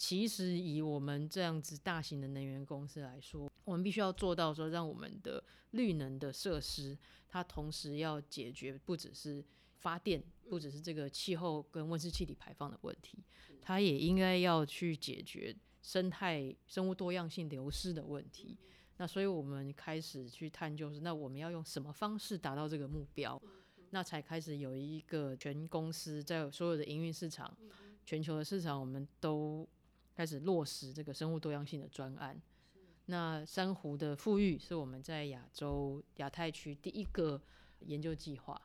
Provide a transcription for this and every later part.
其实以我们这样子大型的能源公司来说，我们必须要做到说，让我们的绿能的设施，它同时要解决不只是发电，不只是这个气候跟温室气体排放的问题，它也应该要去解决生态生物多样性流失的问题。那所以我们开始去探究是，那我们要用什么方式达到这个目标？那才开始有一个全公司在所有的营运市场、全球的市场，我们都开始落实这个生物多样性的专案。那珊瑚的富裕是我们在亚洲亚太区第一个研究计划。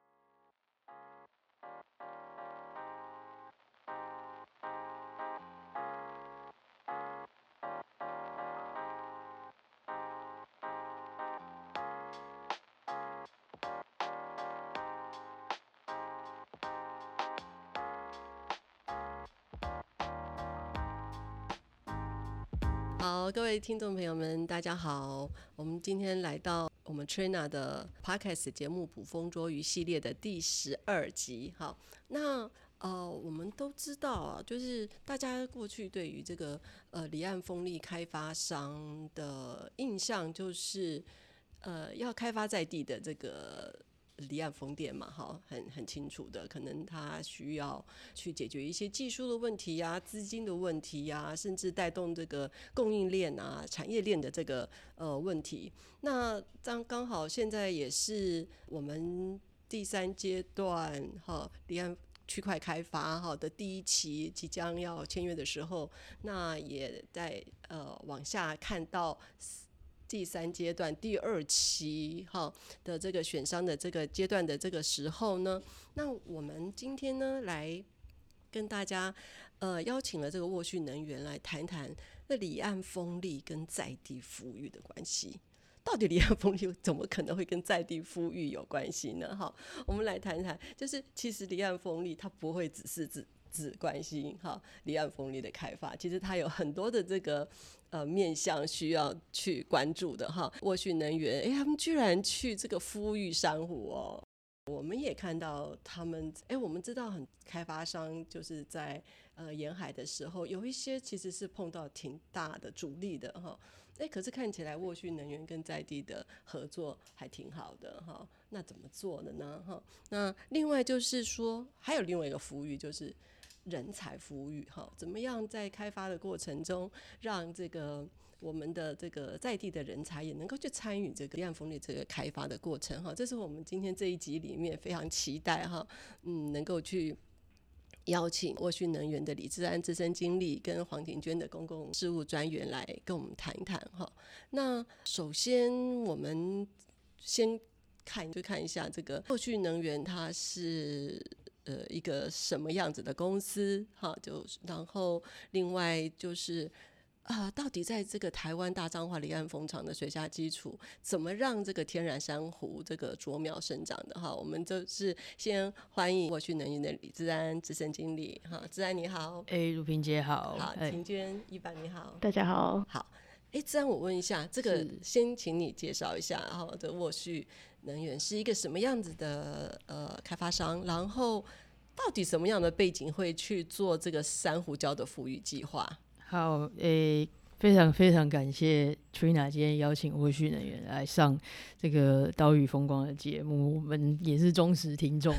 好，各位听众朋友们，大家好。我们今天来到我们 Trina 的 Podcast 节目《捕风捉鱼》系列的第12集。好，那我们都知道啊，就是大家过去对于这个离岸风力开发商的印象，就是要开发在地的这个离岸风电嘛，很清楚的，可能它需要去解决一些技术的问题呀、资金的问题呀，甚至带动这个供应链啊、产业链的这个问题。那刚好现在也是我们第3阶段离岸区块开发的第1期即将要签约的时候，那也在往下看到第3阶段第2期的这个选商的这个阶段的这个时候呢，那我们今天呢来跟大家邀请了这个沃旭能源来谈谈那离岸风力跟在地富裕的关系。到底离岸风力怎么可能会跟在地富裕有关系呢？我们来谈谈，就是其实离岸风力它不会只是只关心离岸风力的开发，其实它有很多的这个面向需要去关注的沃旭能源他们居然去这个富裕珊瑚哦。我们也看到他们我们知道很开发商就是在沿海的时候，有一些其实是碰到挺大的阻力的可是看起来沃旭能源跟在地的合作还挺好的那怎么做的呢那另外就是说还有另外一个服务就是人才服务怎么样在开发的过程中让这个我们的这个在地的人才也能够去参与这个离岸风力这个开发的过程这是我们今天这一集里面非常期待能够去邀请沃旭能源的李志安资深经理跟黄庭娟的公共事务专员来跟我们谈一谈那首先我们先看一下这个沃旭能源它是一个什么样子的公司然后另外就是到底在这个台湾大彰化离岸风场的水下基础，怎么让这个天然珊瑚这个啄苗生长的我们就是先欢迎沃旭能源的李志安资深经理志安你好。 如萍姐好。 庭娟一凡你好。 大家好。 好，志安我问一下，这个先请你介绍一下这沃旭能源是一个什么样子的开发商，然后到底什么样的背景会去做这个珊瑚礁的富裕计划？ 好，非常非常感谢 Trina 今天邀请沃旭能源来上这个岛屿风光的节目，我们也是忠实听众。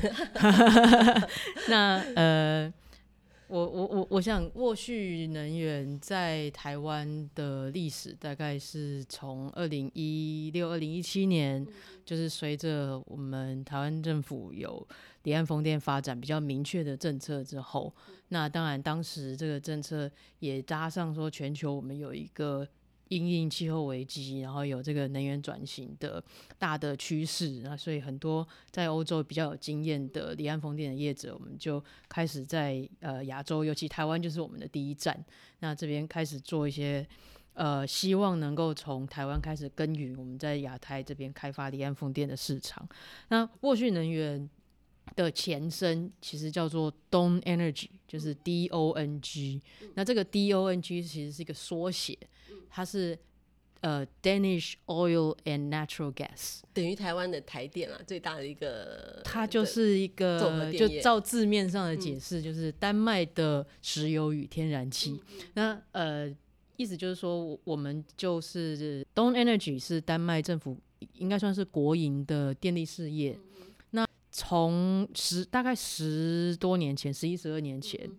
那我想沃旭能源在台湾的历史大概是从2016、2017年，就是随着我们台湾政府有离岸风电发展比较明确的政策之后，那当然当时这个政策也加上说全球我们有一个因应气候危机，然后有这个能源转型的大的趋势，那所以很多在欧洲比较有经验的离岸风电的业者，我们就开始在亚洲，尤其台湾就是我们的第一站，那这边开始做一些希望能够从台湾开始耕耘我们在亚太这边开发离岸风电的市场。那沃旭能源的前身其实叫做 Dong Energy， 就是 DONG。那这个 DONG 其实是一个缩写，它是 Danish Oil and Natural Gas， 等于台湾的台电啊，最大的一个， 它就是一个就照字面上的解释，就是丹麦的石油与天然气。那意思就是说，我们就是 Don Energy 是丹麦政府应该算是国营的电力事业。那从大概10多年前，11、12年前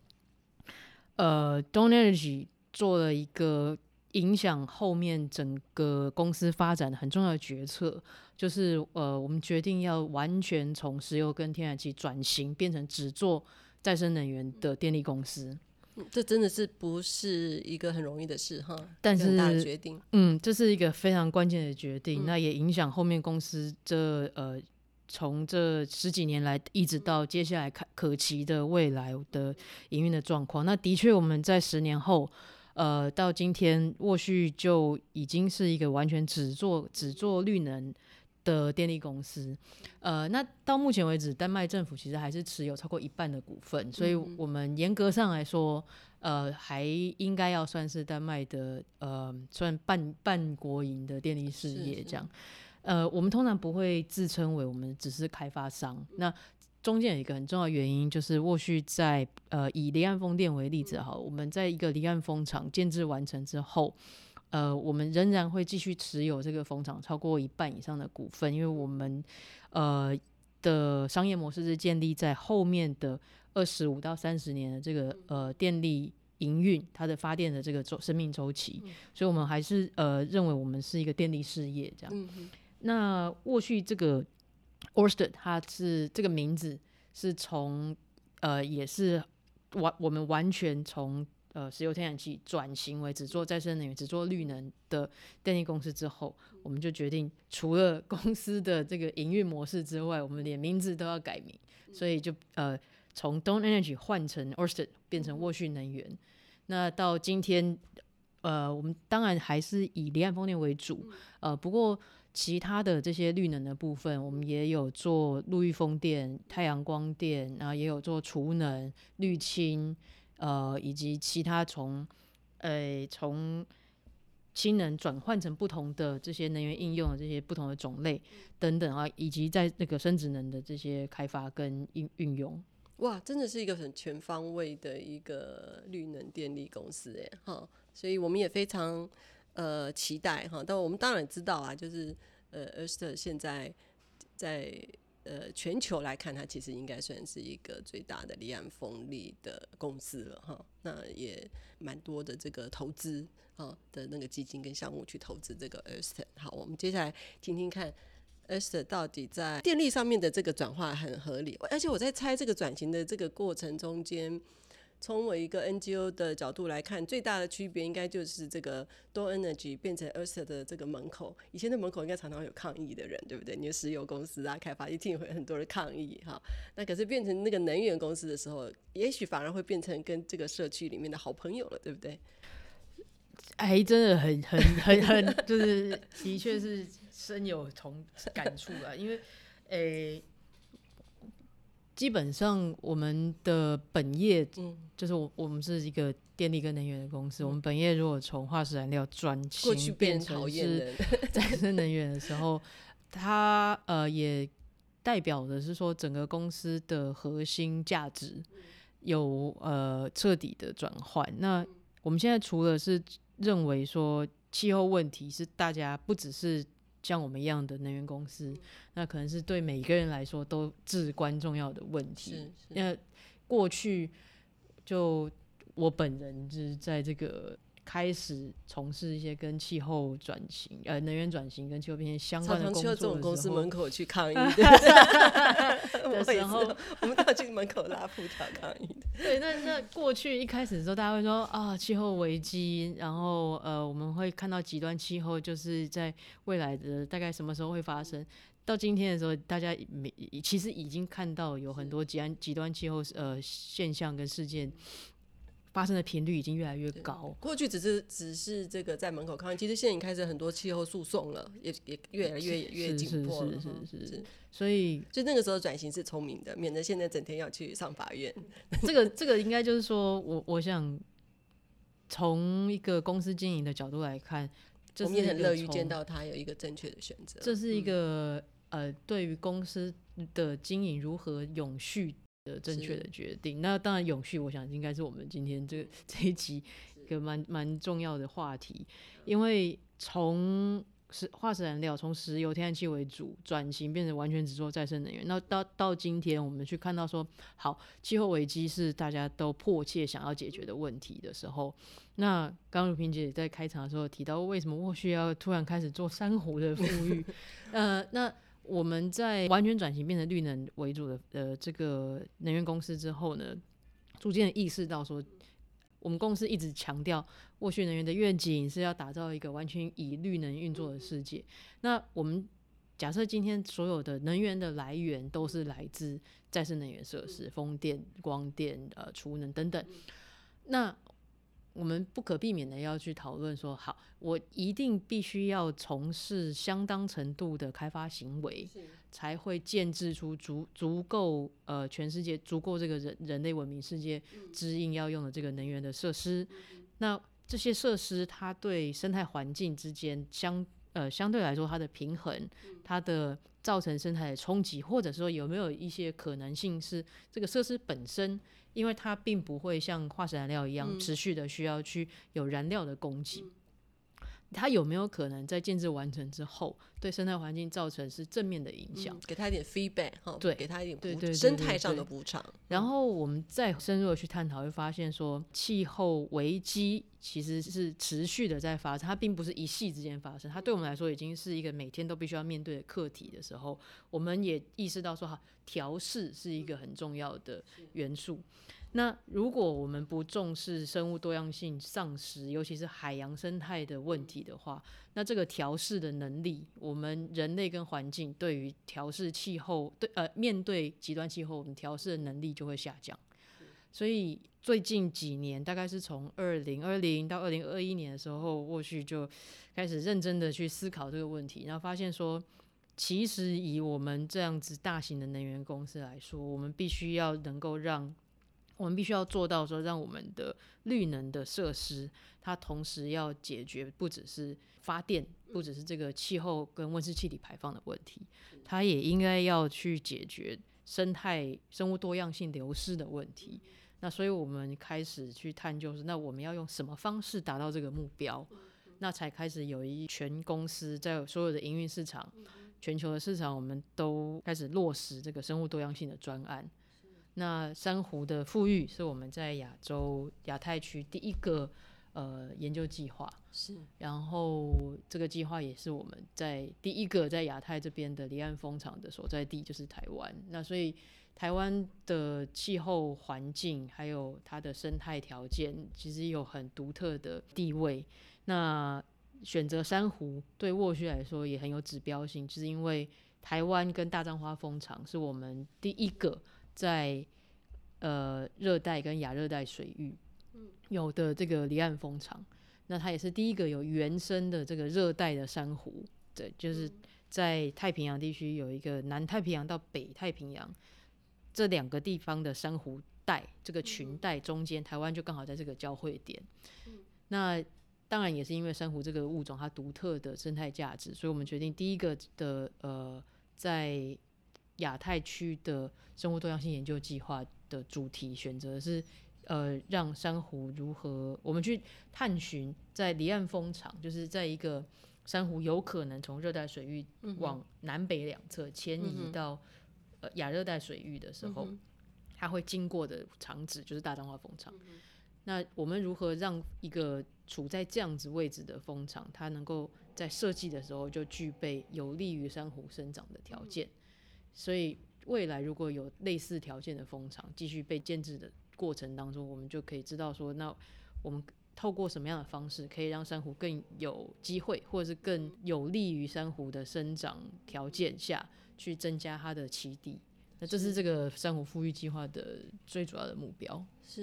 ，Don Energy 做了一个影响后面整个公司发展的很重要的决策，就是我们决定要完全从石油跟天然气转型，变成只做再生能源的电力公司。 这真的是不是一个很容易的事哈？ 但是很大的决定， 这是一个非常关键的决定，那也影响后面公司从这10几年来一直到接下来可期的未来的营运的状况。那的确我们在10年后到今天沃旭就已经是一个完全只做绿能的电力公司。那到目前为止丹麦政府其实还是持有超过1半的股份，所以我们严格上来说还应该要算是丹麦的算半国营的电力事业这样。我们通常不会自称为我们只是开发商。那中间有一个很重要的原因，就是沃旭在以离岸风电为例子好，我们在一个离岸风场建制完成之后，我们仍然会继续持有这个风场超过1半以上的股份，因为我们的商业模式是建立在后面的25到30年的这个电力营运它的发电的这个生命周期，所以我们还是认为我们是一个电力事业这样。那沃旭这个 Ørsted 它是这个名字是从也是我们完全从石油天然气转型为只做再生能源只做绿能的电力公司之后，我们就决定除了公司的这个营运模式之外，我们连名字都要改名，所以就从 Don Energy 换成 Ørsted 变成沃旭能源。那到今天我们当然还是以离岸风电为主，不过其他的这些绿能的部分，我们也有做陆域风电、太阳光电，然后也有做储能、绿氢，以及其他从氢能转换成不同的这些能源应用的这些不同的种类等等啊，以及在那个生质能的这些开发跟运用。 哇，真的是一个很全方位的一个绿能电力公司耶哈，所以我们也非常期待哈。但我们当然知道啊，就是Ørsted 现在在全球来看，它其实应该算是一个最大的离岸风力的公司了哈。那也蛮多的这个投资的那个基金跟项目去投资这个 Ørsted。好，我们接下来听听看。Ørsted 到底在电力上面的这个转化很合理，而且我在猜这个转型的这个过程中间，从我一个 NGO 的角度来看，最大的区别应该就是这个 Don Energy 变成 Ørsted 的这个门口，以前的门口应该常常有抗议的人，对不对？你的石油公司啊，开发一定会很多人抗议哈。那可是变成那个能源公司的时候，也许反而会变成跟这个社区里面的好朋友了，对不对？ 哎，真的很就是的确是深有同感触啦，因为基本上我们的本业就是我们是一个电力跟能源的公司，我们本业如果从化石燃料转型变成是再生能源的时候，它也代表的是说整个公司的核心价值有彻底的转换。那我们现在除了是认为说气候问题是大家不只是像我们一样的能源公司，那可能是对每一个人来说都至关重要的问题。那过去就我本人就是在这个开始从事一些跟气候转型、能源转型跟气候变迁相关的工作的时候， 常常去这种公司门口去抗议的时候， 我们都去门口拉布条抗议的。 对，那过去一开始的时候，大家会说啊，气候危机，然后我们会看到极端气候，就是在未来的大概什么时候会发生。到今天的时候，大家其实已经看到有很多极端气候现象跟事件发生的频率已经越来越高。 过去只是这个在门口抗议，其实现在已经开始很多气候诉讼了，也越来越紧迫了。 是，所以就那个时候转型是聪明的，免得现在整天要去上法院。 这个应该就是说我想从一个公司经营的角度来看， 我们也很乐于见到它有一个正确的选择。 这是一个、对于公司的经营如何永续的正确的决定。那当然永续我想应该是我们今天这一集一个蛮重要的话题，因为从化石燃料从石油天然气为主转型变成完全只做再生能源，那到今天我们去看到说好气候危机是大家都迫切想要解决的问题的时候，那刚刚如萍姐在开场的时候提到为什么沃旭要突然开始做珊瑚的富裕那我们在完全转型变成绿能为主的这个能源公司之后呢，逐渐意识到说我们公司一直强调沃旭能源的愿景是要打造一个完全以绿能运作的世界。那我们假设今天所有的能源的来源都是来自再生能源设施，风电、光电、储能等等，那我们不可避免的要去讨论说，好，我一定必须要从事相当程度的开发行为，才会建制出足够全世界足够这个人类文明世界支应要用的这个能源的设施。那这些设施它对生态环境之间相对来说它的平衡，它的造成生态的冲击，或者说有没有一些可能性是这个设施本身因为它并不会像化石燃料一样持续的需要去有燃料的供给，它有没有可能在建制完成之后对生态环境造成是正面的影响， 给它一点 feedback， 对，给它一点生态上的补偿。 然后我们再深入的去探讨，会发现说气候危机其实是持续的在发生，它并不是一夕之间发生，它对我们来说已经是一个每天都必须要面对的课题的时候，我们也意识到说调适是一个很重要的元素。那如果我们不重视生物多样性丧失，尤其是海洋生态的问题的话，那这个调适的能力，我们人类跟环境对于调适气候面对极端气候我们调适的能力就会下降。所以最近几年大概是从2020到2021年的时候，沃旭就开始认真的去思考这个问题，然后发现说其实以我们这样子大型的能源公司来说，我们必须要做到说让我们的绿能的设施它同时要解决不只是发电，不只是这个气候跟温室气体排放的问题，它也应该要去解决生物多样性流失的问题。那所以我们开始去探究是那我们要用什么方式达到这个目标，那才开始有一全公司在所有的营运市场全球的市场我们都开始落实这个生物多样性的专案。那珊瑚的富裕是我们在亚太区第一个研究计划，然后这个计划也是我们第一个在亚太这边的离岸风场的所在地就是台湾。那所以台湾的气候环境还有它的生态条件其实有很独特的地位，那选择珊瑚对沃旭来说也很有指标性，就是因为台湾跟大彰花风场是我们第一个在热带跟亚热带水域有的这个离岸风场，那它也是第一个有原生的这个热带的珊瑚。对，就是在太平洋地区有一个南太平洋到北太平洋这两个地方的珊瑚带，这个群带中间，台湾就刚好在这个交汇点。那当然也是因为珊瑚这个物种它独特的生态价值，所以我们决定第一个的在亚太区的生物多样性研究计划的主题选择是让珊瑚如何我们去探寻在离岸风场，就是在一个珊瑚有可能从热带水域往南北两侧迁移到亚热带水域的时候，它会经过的场址就是大彰化风场。那我们如何让一个处在这样子位置的风场，它能够在设计的时候就具备有利于珊瑚生长的条件？所以未来如果有类似条件的风场继续被建制的过程当中，我们就可以知道说，那我们透过什么样的方式可以让珊瑚更有机会，或者是更有利于珊瑚的生长条件下去增加它的栖地。那这是这个珊瑚富裕计划的最主要的目标。 是，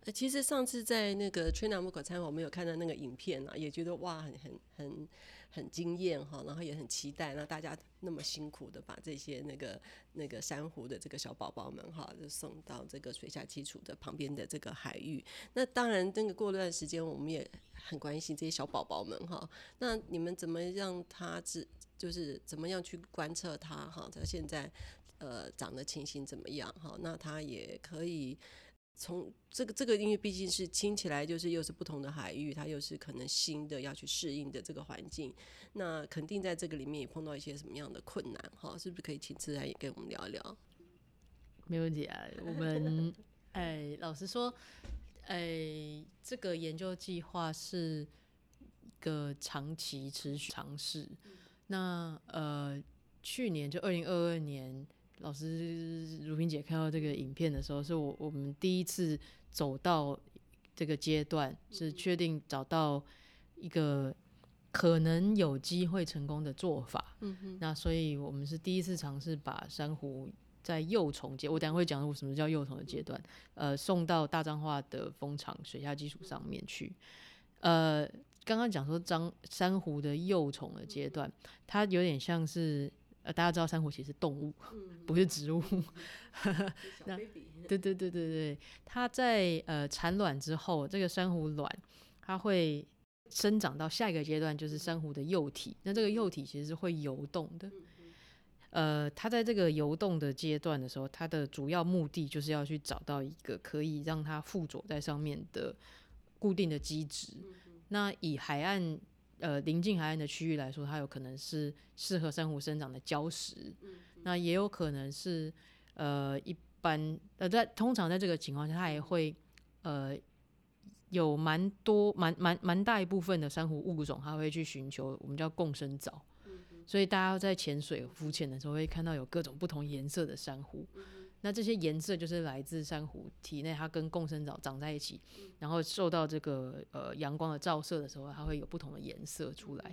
其实上次在那个吹纳木口餐馆，我们有看到那个影片啊，也觉得哇，很惊艳哈，然后也很期待，那大家那么辛苦的把这些那个珊瑚的这个小宝宝们哈，就送到这个水下基础的旁边的这个海域。那当然，那个过段时间我们也很关心这些小宝宝们哈。那你们怎么让他就是怎么样去观测它哈？它现在长的情形怎么样哈？那它也可以从这个，因为毕竟是听起来就是又是不同的海域，它又是可能新的要去适应的这个环境，那肯定在这个里面也碰到一些什么样的困难哈？是不是可以请自然也跟我们聊聊？ 没问题啊。我们老实说，这个研究计划是一个长期持续尝试。那去年就2022年，老师如萍姐看到这个影片的时候，是我们第一次走到这个阶段，是确定找到一个可能有机会成功的做法。那所以我们是第一次尝试把珊瑚在幼虫阶，我等一下会讲什么叫幼虫的阶段，送到大彰化的蜂场水下基础上面去。刚刚讲说珊瑚的幼虫的阶段，它有点像是大家知道珊瑚其实是动物，不是植物。 小 baby， 对，它在产卵之后，这个珊瑚卵它会生长到下一个阶段，就是珊瑚的幼体。那这个幼体其实是会游动的。它在这个游动的阶段的时候，它的主要目的就是要去找到一个可以让它附着在上面的固定的基质。那以海岸临近海岸的区域来说，它有可能是适合珊瑚生长的礁石，那也有可能是一般通常在这个情况下，它也会有蛮大一部分的珊瑚物种，它会去寻求我们叫共生藻。所以大家在潜水浮潜的时候会看到有各种不同颜色的珊瑚。那这些颜色就是来自珊瑚体内，它跟共生藻长在一起，然后受到这个阳光的照射的时候，它会有不同的颜色出来。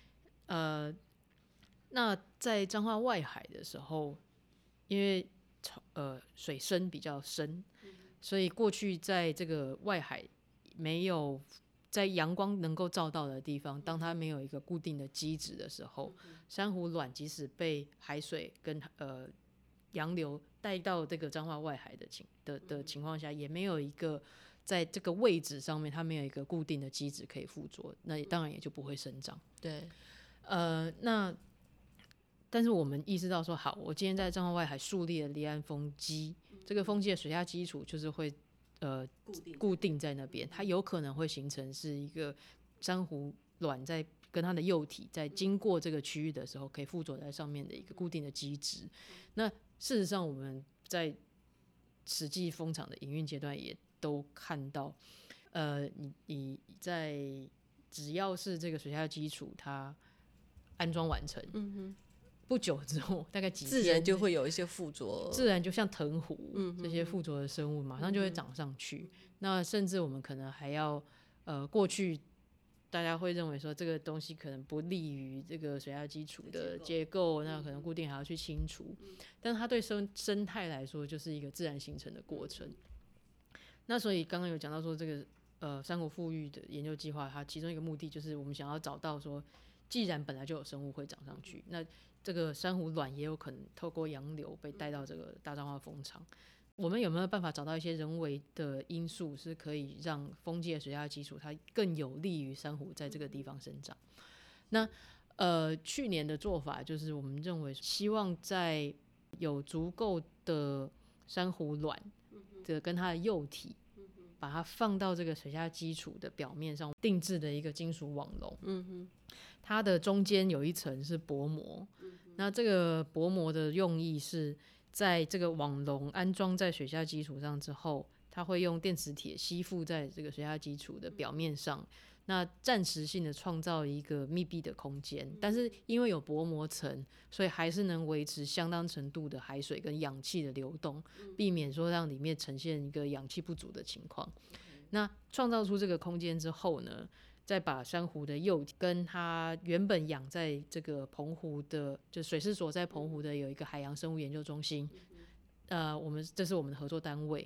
那在彰化外海的时候，因为水深比较深，所以过去在这个外海没有在阳光能够照到的地方，当它没有一个固定的基质的时候，珊瑚卵即使被海水跟洋流带到这个彰化外海的情况下，也没有一个在这个位置上面，它没有一个固定的基质可以附着，那当然也就不会生长。 对， 那但是我们意识到说，好，我今天在彰化外海树立了离岸风机，这个风机的水下基础就是会固定在那边，它有可能会形成是一个珊瑚卵在跟它的幼体在经过这个区域的时候，可以附着在上面的一个固定的基质。那事实上，我们在实际蜂场的营运阶段也都看到，你在只要是这个水下基础它安装完成，不久之后，大概几天， 自然就会有一些附着， 自然就像藤壶这些附着的生物，马上就会长上去。那甚至我们可能还要过去大家会认为说这个东西可能不利于这个水下基础的结构，那可能固定还要去清除。但是它对生态来说就是一个自然形成的过程。那所以刚刚有讲到说这个珊瑚富裕的研究计划，它其中一个目的就是我们想要找到说，既然本来就有生物会长上去，那这个珊瑚卵也有可能透过洋流被带到这个大彰化蜂场。我们有没有办法找到一些人为的因素，是可以让风机的水下基础它更有利于珊瑚在这个地方生长？那去年的做法就是我们认为希望在有足够的珊瑚卵的跟它的幼体，把它放到这个水下基础的表面上，定制的一个金属网笼。它的中间有一层是薄膜，那这个薄膜的用意是在这个网笼安装在水下基础上之后，它会用电磁铁吸附在这个水下基础的表面上，那暂时性的创造一个密闭的空间，但是因为有薄膜层，所以还是能维持相当程度的海水跟氧气的流动，避免说让里面呈现一个氧气不足的情况。那创造出这个空间之后呢，再把珊瑚的幼体跟它原本养在这个澎湖的，就水师所在澎湖的有一个海洋生物研究中心，这是我们的合作单位。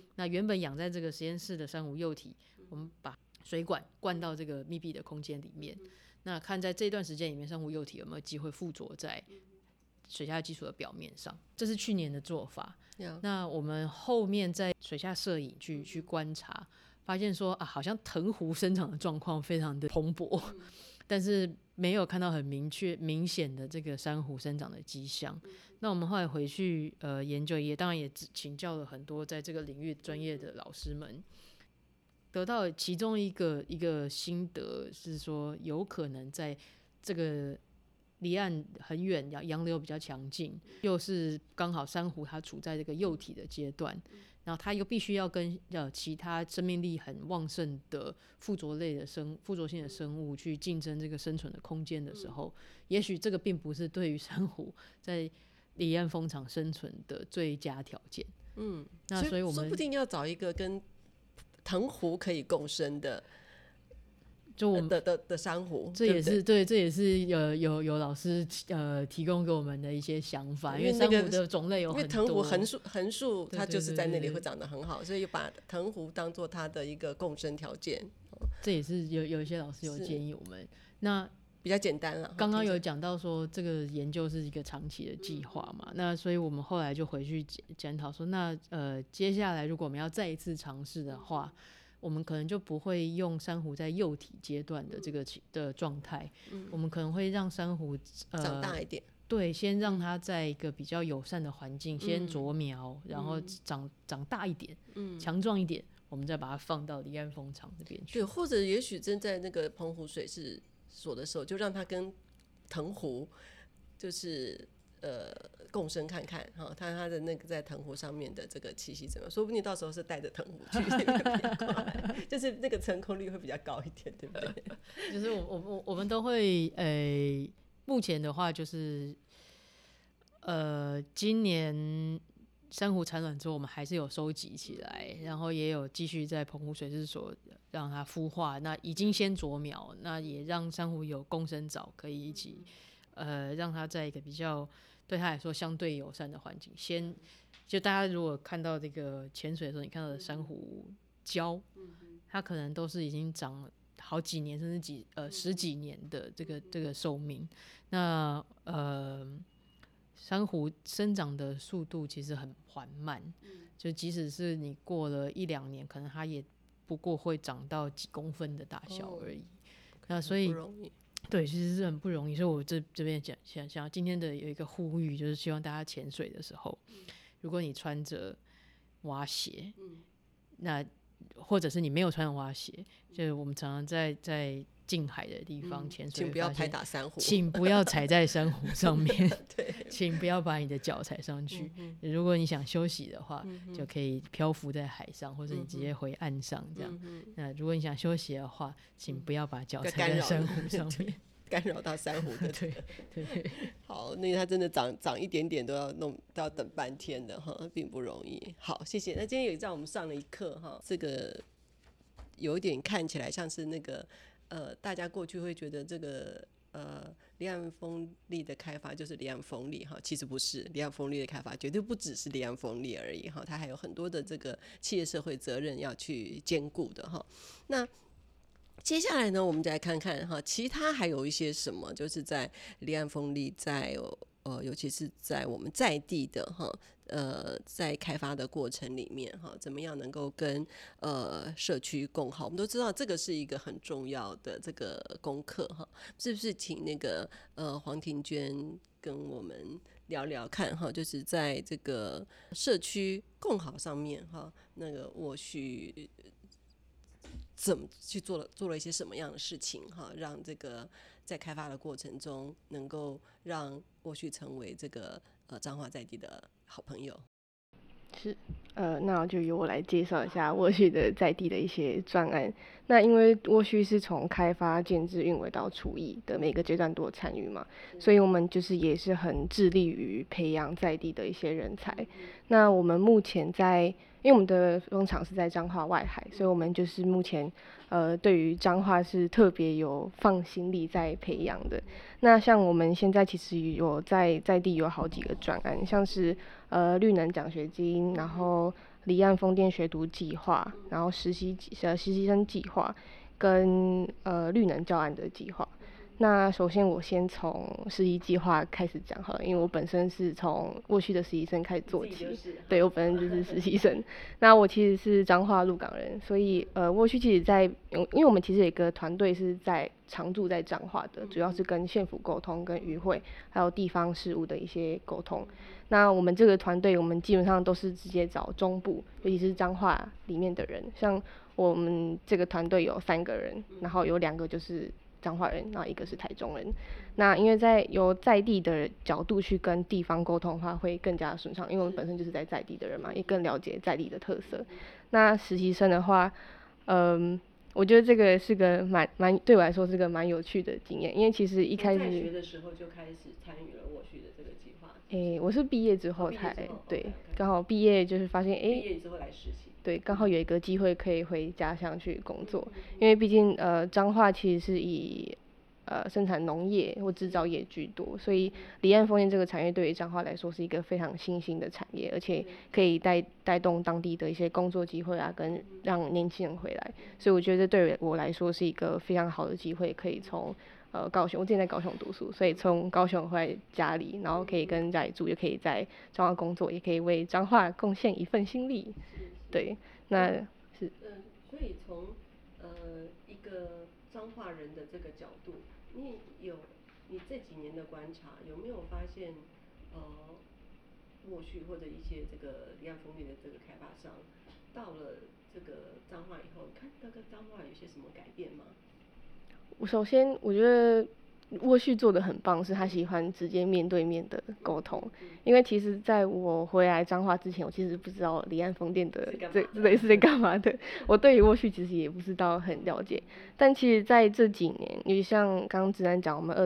那原本养在这个实验室的珊瑚幼体，我们把水管灌到这个密闭的空间里面，那看在这段时间里面，珊瑚幼体有没有机会附着在水下基础的表面上。这是去年的做法。那我们后面在水下摄影去观察，发现说好像藤壶生长的状况非常的蓬勃，但是没有看到很明显的这个珊瑚生长的迹象。那我们后来回去研究，当然也请教了很多在这个领域专业的老师们，得到其中一个心得是说，有可能在这个离岸很远，洋流比较强劲，又是刚好珊瑚它处在这个幼体的阶段，然后它又必须要跟其他生命力很旺盛的附着性的生物去竞争这个生存的空间的时候，也许这个并不是对于珊瑚在离岸风场生存的最佳条件。那所以我们说不定要找一个跟藤壶可以共生的。 就我们的珊瑚， 这也是对，这也是有老师提供给我们的一些想法，因为珊瑚的种类有很多， 因为藤壶横竖它就是在那里会长得很好，所以把藤壶当做它的一个共生条件。 这也是有一些老师有建议我们，那比较简单了。 刚刚有讲到说这个研究是一个长期的计划嘛，那所以我们后来就回去检讨说，那接下来如果我们要再一次尝试的话，我们可能就不会用珊瑚在幼体阶段的这个的状态，我们可能会让珊瑚长大一点， 对，先让它在一个比较友善的环境先着苗，然后长大一点，强壮一点，我们再把它放到离岸风场这边去。 对，或者也许正在那个澎湖水是所的时候，就让它跟藤壶就是共生看看哈，看它的那个在藤壶上面的这个气息怎么样，说不定到时候是带着藤壶去就是那个成功率会比较高一点，对不对？ 就是我们都会目前的话就是今年珊瑚产卵之后，我们还是有收集起来，然后也有继续在澎湖水质所让它孵化，那已经先着苗，那也让珊瑚有共生藻可以一起让它在一个比较对它来说相对友善的环境。就大家如果看到这个潜水的时候，你看到的珊瑚礁，它可能都是已经长了好几年，甚至十几年的这个寿命。那珊瑚生长的速度其实很缓慢，就即使是你过了1-2年，可能它也不过会长到几公分的大小而已。那所以对，其实是很不容易。所以我这边想今天的有一个呼吁，就是希望大家潜水的时候，如果你穿着蛙鞋，那或者是你没有穿蛙鞋，就是我们常常在近海的地方潜水， 请不要拍打珊瑚， 请不要踩在珊瑚上面请不要把你的脚踩上去，如果你想休息的话，就可以漂浮在海上，或者你直接回岸上这样，那如果你想休息的话，请不要把脚踩在珊瑚上面干扰到珊瑚的对， 好，那它真的长一点点都要等半天的哈，并不容易。好，谢谢。那今天也让我们上了一课哈，这个有一点看起来像是那个大家过去会觉得这个离岸风力的开发就是离岸风力哈，其实不是，离岸风力的开发绝对不只是离岸风力而已哈，它还有很多的这个企业社会责任要去兼顾的哈。那接下来呢，我们再来看看哈，其他还有一些什么，就是在离岸风力在尤其是在我们在地的哈在开发的过程里面哈，怎么样能够跟社区共好？我们都知道这个是一个很重要的这个功课哈，是不是？请那个黄庭娟跟我们聊聊看哈，就是在这个社区共好上面哈，那个沃旭怎么去做了一些什么样的事情哈，让这个在开发的过程中能够让沃旭成为这个彰化在地的好朋友。 是，那就由我来介绍一下沃旭的在地的一些专案。那因为沃旭是从开发、建制、运维到除役的每个阶段都有参与嘛，所以我们就是也是很致力于培养在地的一些人才。那我们目前因为我们的工厂是在彰化外海，所以我们就是目前对于彰化是特别有放心力在培养的。那像我们现在其实有在地有好几个专案，像是绿能奖学金，然后离岸风电学徒计划，然后实习生计划跟绿能教案的计划。那首先我先从实习计划开始讲好了，因为我本身是从沃旭的实习生开始做起，对，我本身就是实习生。那我其实是彰化鹿港人，所以沃旭其实因为我们其实有一个团队是常驻在彰化的，主要是跟县府沟通、跟渔会还有地方事务的一些沟通。那我们这个团队，我们基本上都是直接找中部，尤其是彰化里面的人，像我们这个团队有3个人，然后有2个就是彰化人，然后1个是台中人。那因为由在地的角度去跟地方沟通的话，会更加顺畅，因为我们本身就是在地的人嘛，也更了解在地的特色。那实习生的话，我觉得这个是个对我来说是个蛮有趣的经验，因为其实一开始在学的时候就开始参与了沃旭的这个计划。 我是毕业之后才对，刚好毕业就是发现毕业之后来实习。 对，刚好有一个机会可以回家乡去工作，因为毕竟彰化其实是以生产农业或制造业居多，所以离岸风电这个产业对于彰化来说是一个非常新兴的产业，而且可以带动当地的一些工作机会啊，跟让年轻人回来，所以我觉得对我来说是一个非常好的机会，可以从高雄，我之前在高雄读书，所以从高雄回来家里，然后可以跟家里住，也可以在彰化工作，也可以为彰化贡献一份心力。对，那是。 所以从一个彰化人的这个角度，你这几年的观察，有没有发现沃旭或者一些这个离岸风电的这个开发商，到了这个彰化以后，你看那个彰化有些什么改变吗？ 首先我觉得沃旭做的很棒，是他喜欢直接面对面的沟通。因为其实在我回来彰化之前，我其实不知道离岸风电的这是在干嘛的。我对于沃旭其实也不知道很了解。但其实在这几年，尤其像刚刚子安讲，我们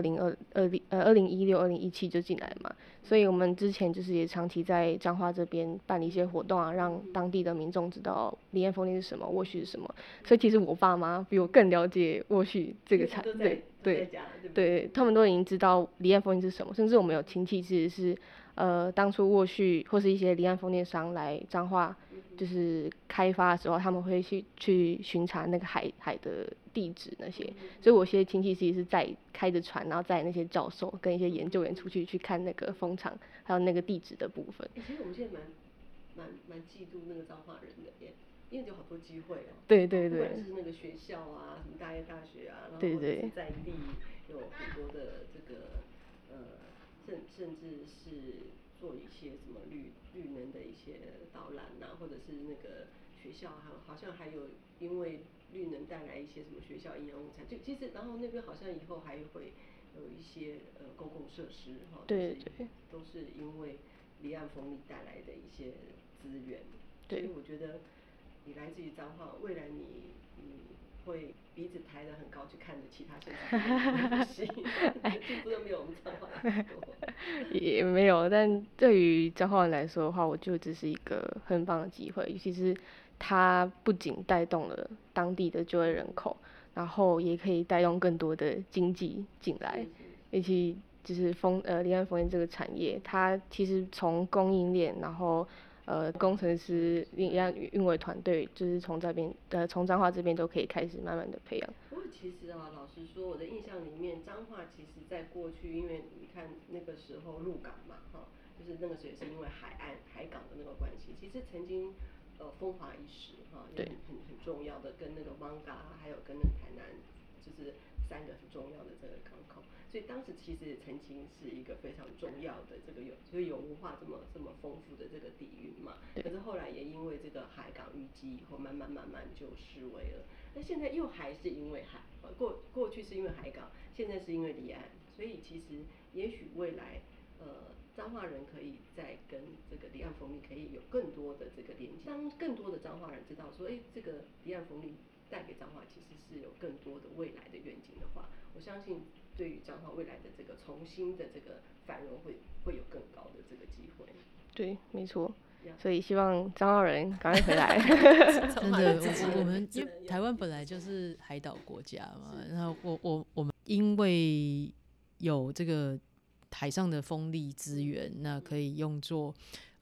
2016、2017就进来嘛，所以我们之前就是也长期在彰化这边办理一些活动啊，让当地的民众知道离岸风电是什么，沃旭是什么。所以其实我爸妈比我更了解沃旭这个产业。对，他们都已经知道离岸风电是什么，甚至我们有亲戚其实是当初沃旭或是一些离岸风电商来彰化就是开发的时候，他们会去巡查那个海的地质那些，所以我些亲戚其实是在开着船，然后载那些教授跟一些研究员出去看那个风场，还有那个地质的部分。 其实我们现在蛮嫉妒那个彰化人的耶。因为有好多机会哦。 对。 不管是那个学校啊，什么大业大学啊，然后或者是在地有很多的这个甚至是做一些什么绿能的一些导览啊，或者是那个学校好像还有因为绿能带来一些什么学校营养午餐，就其实然后那边好像以后还会有一些公共设施哈， 对， 都是因为离岸风力带来的一些资源，所以我觉得。你来自于彰化，未来你会鼻子抬得很高去看着其他县市的东西，进步都没有我们彰化多。 也没有，但对于彰化人来说的话，我觉得这是一个很棒的机会，尤其是它不仅带动了当地的就业人口，然后也可以带动更多的经济进来，尤其就是离岸风电这个产业，它其实从供应链，然后工程师、运维团队，就是从彰化这边都可以开始慢慢的培养。 不过其实啊，老实说，我的印象里面，彰化其实在过去，因为你看那个时候鹿港嘛，就是那个时候也是因为海港的那个关系，其实曾经风华一时也很重要的，跟那个 Manga 还有跟那个台南，就是3个很重要的这个港口。所以当时其实曾经是一个非常重要的这个有文化这么丰富的这个底蕴嘛。可是后来也因为这个海港淤积以后，慢慢就式微了。那现在又还是因为过去是因为海港，现在是因为离岸，所以其实也许未来彰化人可以再跟这个离岸风力可以有更多的这个连接。当更多的彰化人知道说，这个离岸风力带给彰化其实是有更多的未来的愿景的话，我相信对于彰化未来的这个重新的这个繁荣会有更高的这个机会。 对，没错。所以希望彰化人赶快回来。 真的，我们因为台湾本来就是海岛国家嘛，然后我们因为有这个海上的风力资源，那可以用作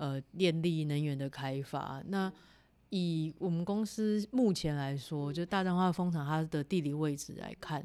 电力能源的开发。那以我们公司目前来说，就大彰化风场它的地理位置来看，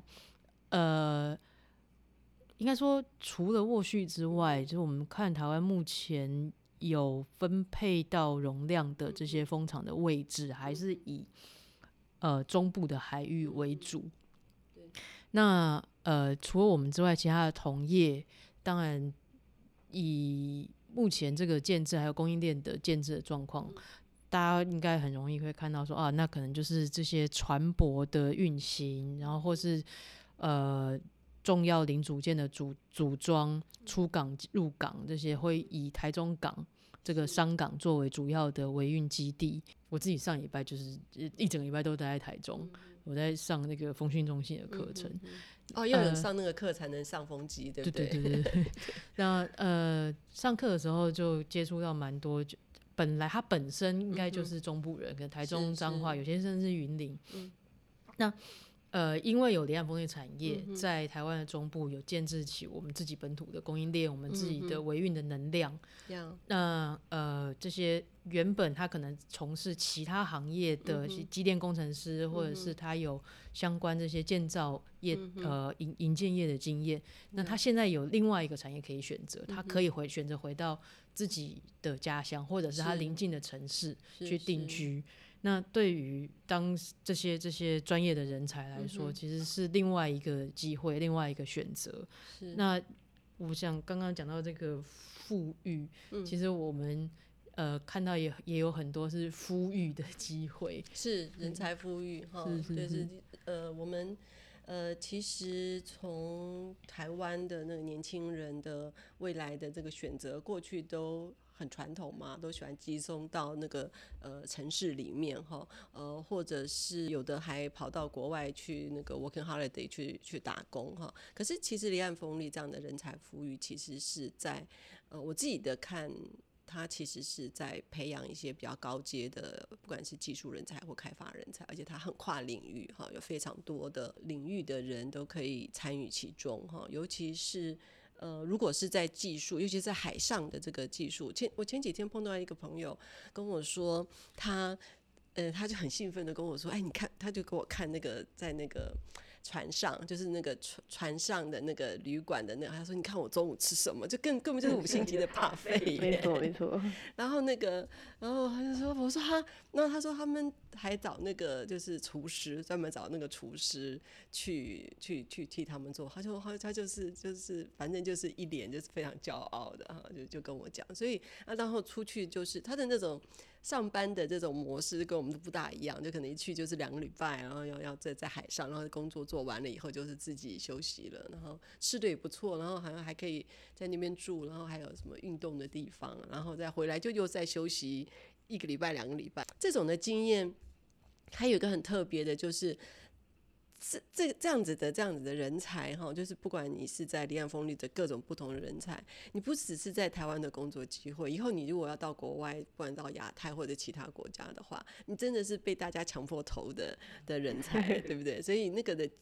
应该说除了沃旭之外，就是我们看台湾目前有分配到容量的这些风场的位置，还是以中部的海域为主。那除了我们之外，其他的同业当然以目前这个建制还有供应链的建制的状况，大家应该很容易会看到说啊，那可能就是这些船舶的运行，然后或是重要零组件的组装、出港入港这些，会以台中港这个商港作为主要的维运基地。我自己上礼拜就是一整个礼拜都待在台中，我在上那个风训中心的课程。 要有上那个课才能上风机，对不对？ 对。那上课的时候就接触到蛮多，本来他本身应该就是中部人，可能台中彰化，有些甚至是云林。那因为有离岸风力产业，在台湾的中部有建制起我们自己本土的供应链，我们自己的维运的能量。那这些原本他可能从事其他行业的机电工程师，或者是他有相关这些建造业营建业的经验，那他现在有另外一个产业可以选择，他可以选择回到自己的家乡，或者是他邻近的城市去定居。那对于当这些专业的人才来说，其实是另外一个机会，另外一个选择。那我想刚刚讲到这个富裕，其实我们看到也有很多是富裕的机会， 是人才富裕哈，就是我们其实从台湾的那个年轻人的未来的这个选择，过去都很传统嘛，都喜欢集中到那个城市里面哈，或者是有的还跑到国外去那个 working holiday 去打工哈。可是其实离岸风力这样的人才富裕，其实是在我自己的看。它其实是在培养一些比较高阶的，不管是技术人才或开发人才，而且它很跨领域哈，有非常多的领域的人都可以参与其中哈。尤其是如果是在技术，尤其是在海上的这个技术，我前几天碰到一个朋友跟我说，他就很兴奋的跟我说，哎，你看，他就给我看那个在那个船上，就是那个船上的那个旅馆的那个，他说你看我中午吃什么，就根本就是5星级的buffet 没错。 然后他就说，我说那他说他们还找那个就是厨师，专门找那个厨师去替他们做，他就是反正就是一脸就是非常骄傲的哈，就跟我讲，所以然后出去就是他的那种上班的这种模式跟我们都不大一样，就可能一去就是2个礼拜，然后要在海上，然后工作做完了以后就是自己休息了，然后吃的也不错，然后好像还可以在那边住，然后还有什么运动的地方，然后再回来就又再休息1个礼拜2个礼拜。这种的经验还有一个很特别的就是这样子的人才哈，就是不管你是在离岸风力的各种不同的人才，你不只是在台湾的工作机会，以后你如果要到国外，不管到亚太或者其他国家的话，你真的是被大家强迫投的人才，对不对？所以那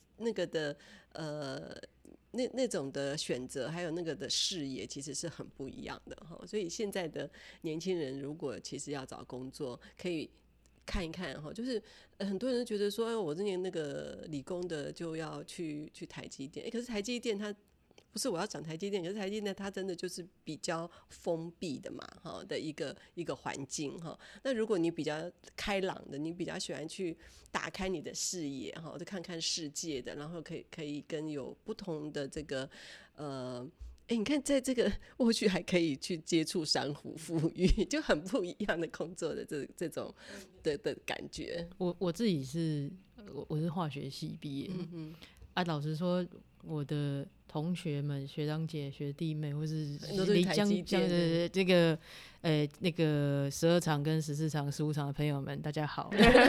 种的选择，还有那个的视野，其实是很不一样的哈。所以现在的年轻人，如果其实要找工作，可以看一看哈，就是很多人觉得说，我这年那个理工的就要去台积电，可是台积电它不是我要讲台积电，可是台积电它真的就是比较封闭的嘛，哈的一个环境哈。那如果你比较开朗的，你比较喜欢去打开你的视野哈，就看看世界的，然后可以跟有不同的这个你看在这个过去还可以去接触珊瑚富裕，就很不一样的工作的这种的感觉。 我自己是化学系毕业，老实说，我的同学们、学长姐、学弟妹，或是离江的这个那个12场跟14场、15场的朋友们，大家好。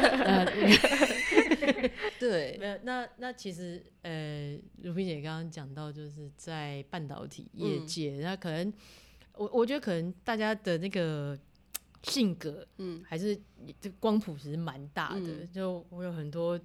对， 那其实如萍姐刚刚讲到，就是在半导体业界，那可能我觉得可能大家的那个性格，还是光谱其实蛮大的。就我有很多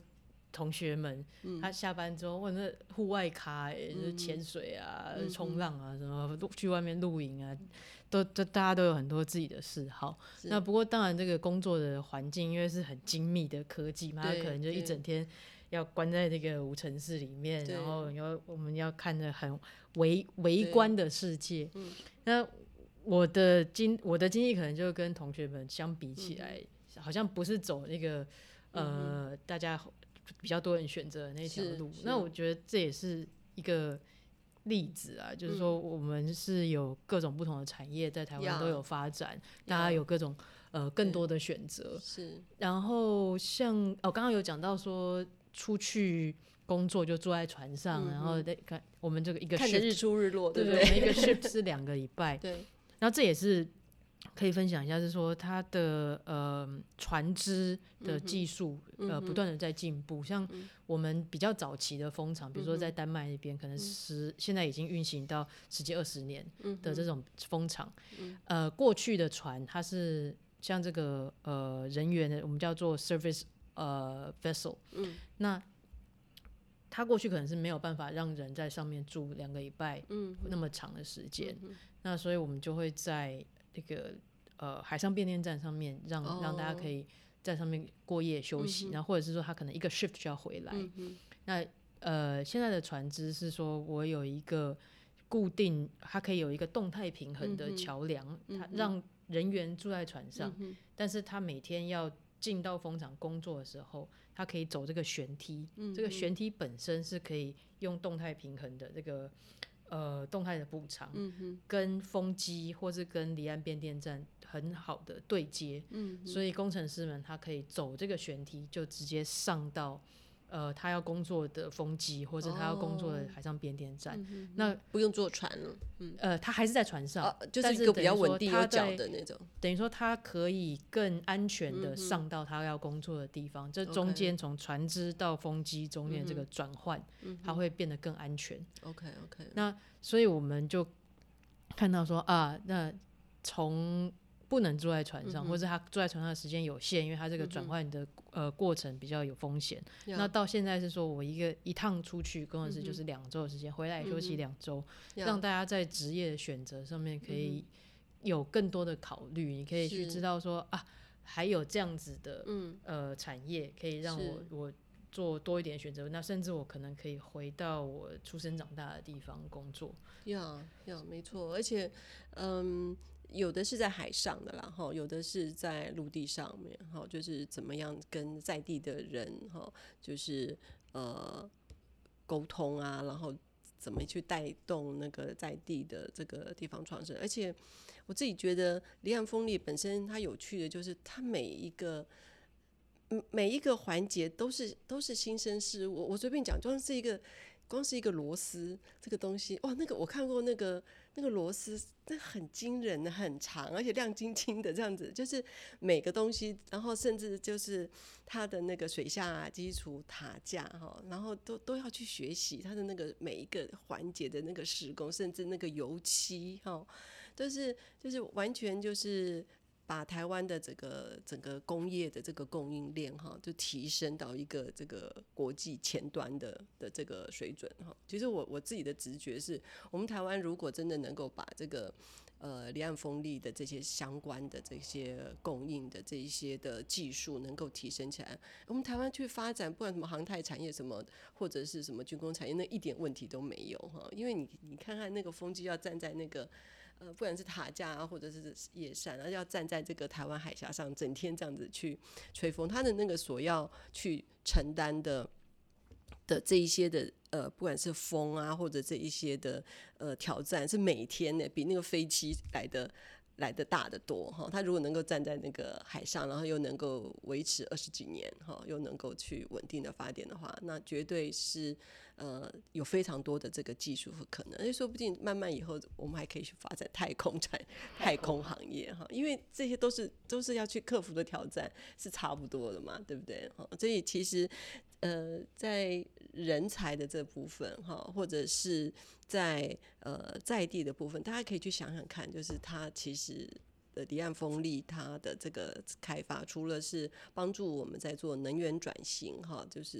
同学们，他下班之后，哇，那户外咖就是潜水啊、冲浪啊，什么去外面露营啊，都大家都有很多自己的嗜好。那不过当然，这个工作的环境因为是很精密的科技嘛，他可能就一整天要关在那个无尘室里面，然后我们要看着很微观的世界。那我的经历可能就跟同学们相比起来，好像不是走那个大家比较多人选择的那条路。那我觉得这也是一个例子啊，就是说我们是有各种不同的产业在台湾都有发展，大家有各种更多的选择。 是。 然后像刚刚有讲到说出去工作就坐在船上，然后我们这个一个 shift, 看着日出日落，对不对？一个 shift 是2个礼拜。 对。 然后这也是可以分享一下，是说它的船只的技术不断的在进步。像我们比较早期的风场，比如说在丹麦那边，可能现在已经运行到10几20年的这种风场。过去的船它是像这个人员的，我们叫做 service vessel。那它过去可能是没有办法让人在上面住2个礼拜那么长的时间。那所以我们就会在那个海上变电站上面让大家可以在上面过夜休息，然后或者是说他可能一个 shift 就要回来。那现在的船只是说我有一个固定，它可以有一个动态平衡的桥梁，它让人员住在船上，但是他每天要进到风场工作的时候，他可以走这个舷梯。这个舷梯本身是可以用动态平衡的这个动态的补偿，跟风机或是跟离岸变电站很好的对接。所以工程师们他可以走这个舷梯就直接上到他要工作的风机或者他要工作的海上变电站。那不用坐船了。 他还是在船上， 就是一个比较稳定有脚的那种。 等于说他可以更安全的上到他要工作的地方。这中间从船只到风机中间这个转换，它会变得更安全。 OK。 那所以我们就看到说那从不能坐在船上，或者他坐在船上的时间有限，因为他这个转换的过程比较有风险。那到现在是说我一趟出去工程师就是2周的时间，回来休息2周，让大家在职业的选择上面可以有更多的考虑。你可以去知道说还有这样子的产业可以让我做多一点选择，那甚至我可能可以回到我出生长大的地方工作。 没错。而且有的是在海上的啦，有的是在陆地上面，就是怎么样跟在地的人就是沟通啊，然后怎么去带动那个在地的这个地方创生。而且我自己觉得离岸风力本身它有趣的就是它每一个环节都是新生事物。我随便讲，光是一个螺丝这个东西，那个我看过那个螺丝，那很惊人的，很长，而且亮晶晶的这样子，就是每个东西，然后甚至就是它的那个水下基础塔架然后都要去学习它的那个每一个环节的那个施工，甚至那个油漆就是完全就是把台湾的整个工业的这个供应链就提升到一个这个国际前端的这个水准其实我自己的直觉是，我们台湾如果真的能够把这个离岸风力的这些相关的这些供应的这一些的技术能够提升起来，我们台湾去发展不管什么航太产业什么或者是什么军工产业，那一点问题都没有因为你看看那个风机要站在那个不管是塔架或者是叶扇，然后要站在这个台湾海峡上，整天这样子去吹风，它的那个所要去承担的这一些的不管是风啊或者这一些的挑战，是每天呢比那个飞机来的大得多他如果能够站在那个海上，然后又能够维持20几年又能够去稳定的发电的话，那绝对是有非常多的这个技术和可能，而且说不定慢慢以后我们还可以去发展太空行业因为这些都是要去克服的挑战，是差不多的嘛，对不对所以其实在人才的这部分或者是在地的部分，大家可以去想想看，就是它其实离岸风力它的这个开发，除了是帮助我们在做能源转型就是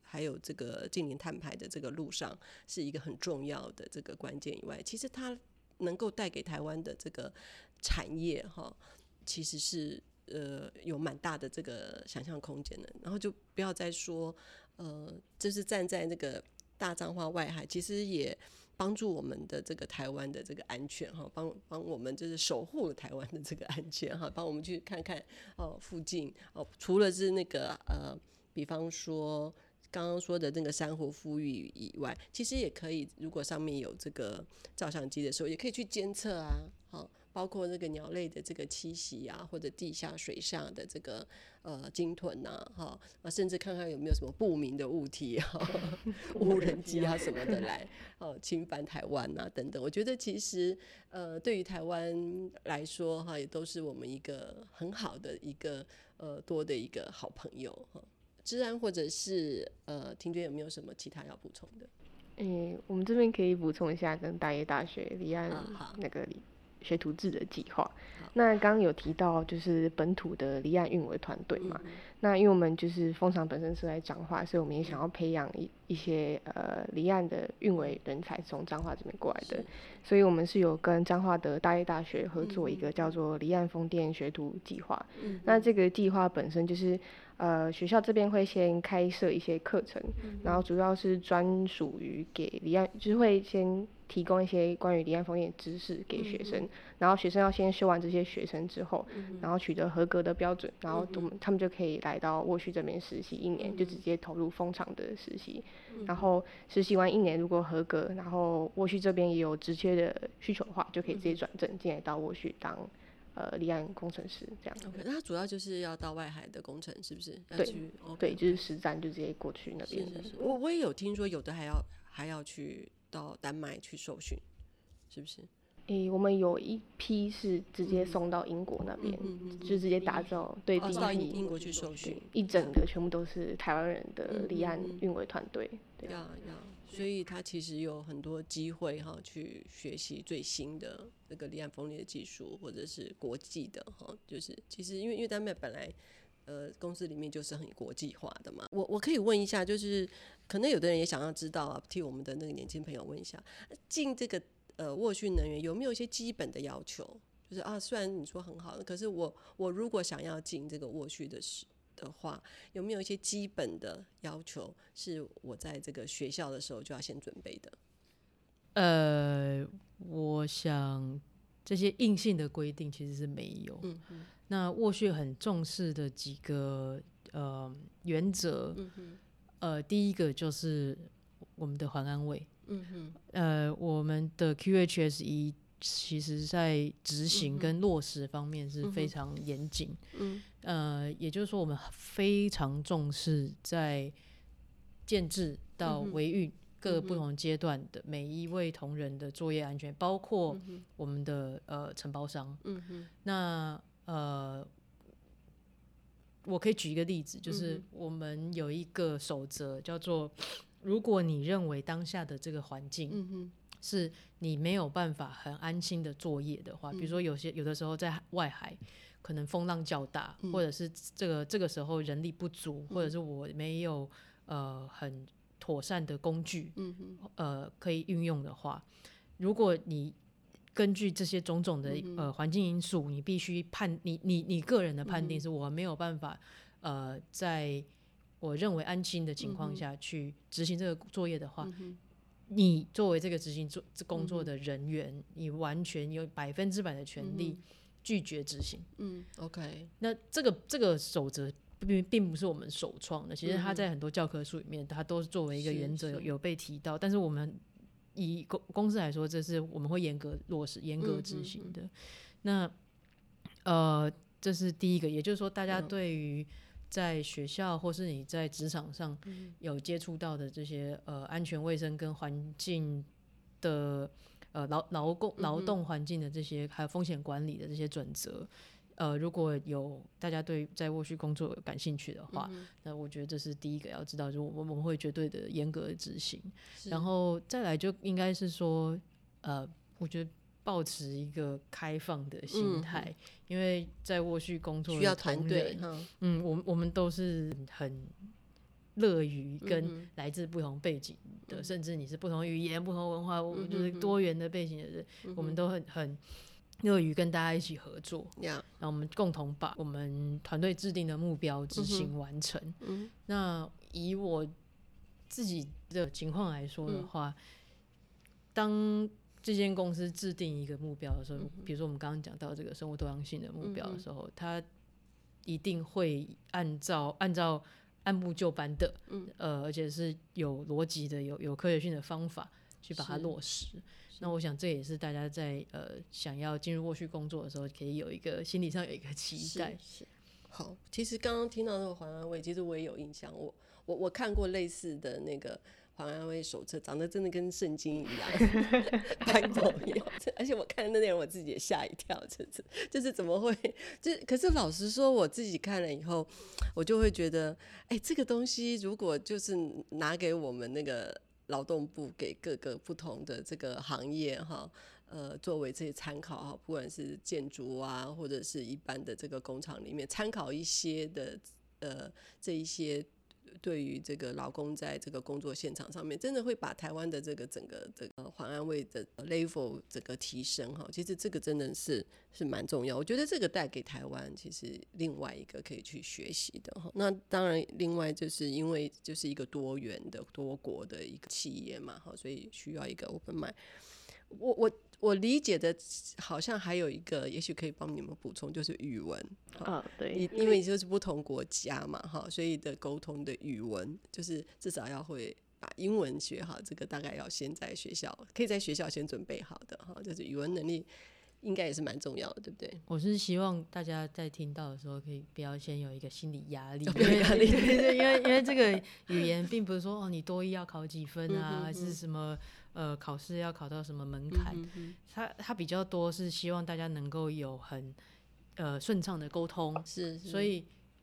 还有这个近零碳排的这个路上是一个很重要的这个关键以外，其实它能够带给台湾的这个产业其实是有蛮大的这个想象空间的。然后就不要再说就是站在那个大彰化外海，其实也帮助我们的这个台湾的这个安全帮我们就是守护了台湾的这个安全帮我们去看看附近除了是那个比方说刚刚说的那个珊瑚富裕以外，其实也可以，如果上面有这个照相机的时候，也可以去监测包括这个鸟类的这个栖息或者地下水下的这个鲸豚甚至看看有没有什么不明的物体无人机什么的来侵犯台湾等等。我觉得其实对于台湾来说也都是我们一个很好的一个多的一个好朋友治安或者是庭娟有没有什么其他要补充的？ 我们这边可以补充一下跟大业大学离岸那个学徒制的计划。那刚刚有提到就是本土的离岸运维团队嘛，那因为我们就是风场本身是在彰化，所以我们也想要培养一些离岸的运维人才从彰化这边过来的，所以我们是有跟彰化的大业大学合作一个叫做离岸风电学徒计划。那这个计划本身就是学校这边会先开设一些课程，然后主要是专属于给离岸，就是会先提供一些关于离岸风电的知识给学生，然后学生要先修完这些学程之后，然后取得合格的标准，然后他们就可以来到沃旭这边实习1年，就直接投入风场的实习，然后实习完1年如果合格，然后沃旭这边也有职缺的需求的话，就可以直接转正进来到沃旭当离岸工程师这样。 那他主要就是要到外海的工程，是不是？ 对，就是实战就直接过去那边的。 是我也有听说，有的还要去到丹麦去受训，是不是？ 我们有一批是直接送到英国那边，就直接打造第一批到英国去受训， 一整个全部都是台湾人的离岸运维团队。 所以他其实有很多机会去学习最新的这个离岸风电的技术，或者是国际的就是其实因为丹麦本来公司里面就是很国际化的嘛。我可以问一下，就是可能有的人也想要知道替我们的那个年轻朋友问一下，进这个沃旭能源有没有一些基本的要求？就是虽然你说很好，可是我如果想要进这个沃旭的话，有没有一些基本的要求是我在这个学校的时候就要先准备的？我想这些硬性的规定其实是没有。那沃旭很重视的几个原则，第一个就是我们的环安卫。我们的 QHSE 其实在执行跟落实方面是非常严谨。也就是说我们非常重视在建制到维运各个不同阶段的每一位同仁的作业安全，包括我们的承包商。那我可以举一个例子，就是我们有一个守则叫做，如果你认为当下的这个环境是你没有办法很安心的作业的话，比如说有的时候在外海可能风浪较大，或者是这个时候人力不足，或者是我没有很妥善的工具可以运用的话，如果你根据这些种种的环境因素，你必须你个人的判定是我没有办法在我认为安心的情况下去执行这个作业的话，你作为这个执行工作的人员，你完全有100%的权利拒绝执行。 OK。 那这个守则并不是我们首创的，其实它在很多教科书里面，它都是作为一个原则有被提到，但是我们以公司来说，这是我们会严格落实、严格执行的。那这是第一个，也就是说，大家对于在学校或是你在职场上有接触到的这些安全卫生跟环境的劳动环境的这些，还有风险管理的这些准则。如果有大家对在沃旭工作有感兴趣的话，那我觉得这是第一个要知道，就是我们会绝对的严格的执行。然后再来就应该是说，我觉得抱持一个开放的心态，因为在沃旭工作的需要团队， 我们都是很乐于跟来自不同背景的，甚至你是不同语言、不同文化，就是多元的背景的人，我们都很乐于跟大家一起合作，然后我们共同把我们团队制定的目标执行完成。那以我自己的情况来说的话，当这间公司制定一个目标的时候，比如说我们刚刚讲到这个生物多样性的目标的时候，它一定会按部就班的，而且是有逻辑的、有科学性的方法去把它落实。那我想这也是大家在想要进入沃旭工作的时候，可以有一个心理上有一个期待。 好，其实刚刚听到那个环安卫，其实我也有印象，我看过类似的那个环安卫手册，长得真的跟圣经一样，Bible 一样，而且我看的那内容我自己也吓一跳，就是怎么会？可是老实说，我自己看了以后，我就会觉得，这个东西如果就是拿给我们那个劳动部，给各个不同的这个行业哈。作为这些参考哈，不管是建筑啊，或者是一般的这个工厂里面，参考一些的这一些对于这个劳工在这个工作现场上面，真的会把台湾的这个整个这个环安卫的 level 这个提升哈。其实这个真的是蛮重要，我觉得这个带给台湾其实另外一个可以去学习的哈。那当然，另外就是因为就是一个多元的多国的一个企业嘛哈，所以需要一个 open mind。我理解的好像还有一个，也许可以帮你们补充，就是语文。 对， 因为就是不同国家嘛，所以的沟通的语文，就是至少要会把英文学好，这个大概要先在学校，可以在学校先准备好的哈，就是语文能力应该也是蛮重要的，对不对？ 我是希望大家在听到的时候，可以不要先有一个心理压力， 对， 因为这个语言并不是说你多一要考几分啊，还是什么考试要考到什么门槛，它比较多是希望大家能够有很顺畅的沟通，所以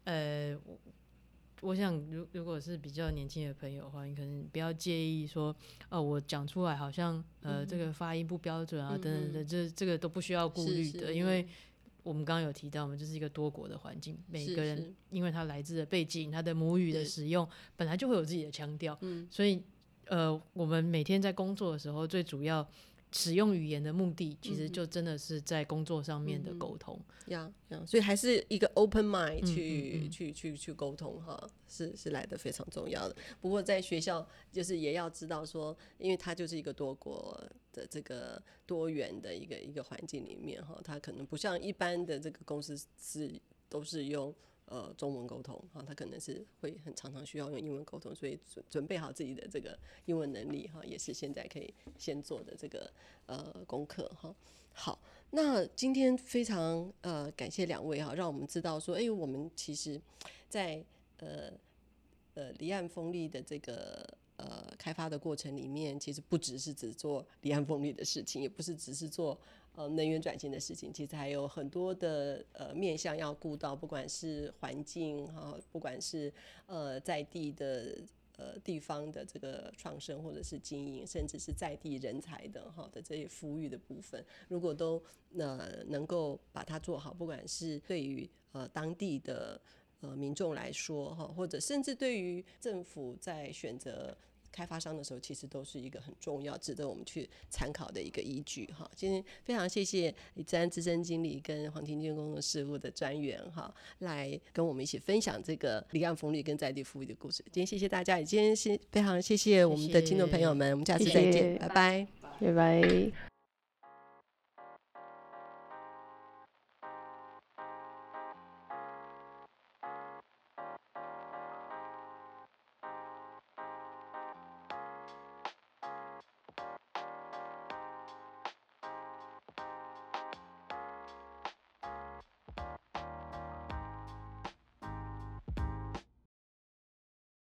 我想如果是比较年轻的朋友的话，你可能不要介意说我讲出来好像这个发音不标准啊等等的，这个都不需要顾虑的，因为我们刚刚有提到，我们就是一个多国的环境，每个人因为他来自的背景，他的母语的使用本来就会有自己的腔调，所以我们每天在工作的时候，最主要使用语言的目的，其实就真的是在工作上面的沟通。 所以还是一个 open mind 去沟通哈，是来得非常重要的。不过在学校就是也要知道说，因为它就是一个多国的这个多元的一个环境里面哈，它可能不像一般的这个公司都是用中文沟通哈，他可能是会很常需要用英文沟通，所以准备好自己的这个英文能力哈，也是现在可以先做的这个功课哈。好，那今天非常感谢两位哈，让我们知道说，我们其实在离岸风力的这个开发的过程里面，其实不只做离岸风力的事情，也不是只是做能源转型的事情，其实还有很多的面向要顾到，不管是环境不管是在地的地方的这个创生或者是经营，甚至是在地人才的这些服务的部分，如果都能够把它做好，不管是对于当地的民众来说或者甚至对于政府在选择开发商的时候，其实都是一个很重要值得我们去参考的一个依据哈。今天非常谢谢李治安资深经理跟黄庭坚公共事务的专员哈，来跟我们一起分享这个离岸风力跟在地服务的故事。今天谢谢大家，也今天非常谢谢我们的听众朋友们，我们下次再见，拜拜， 拜拜。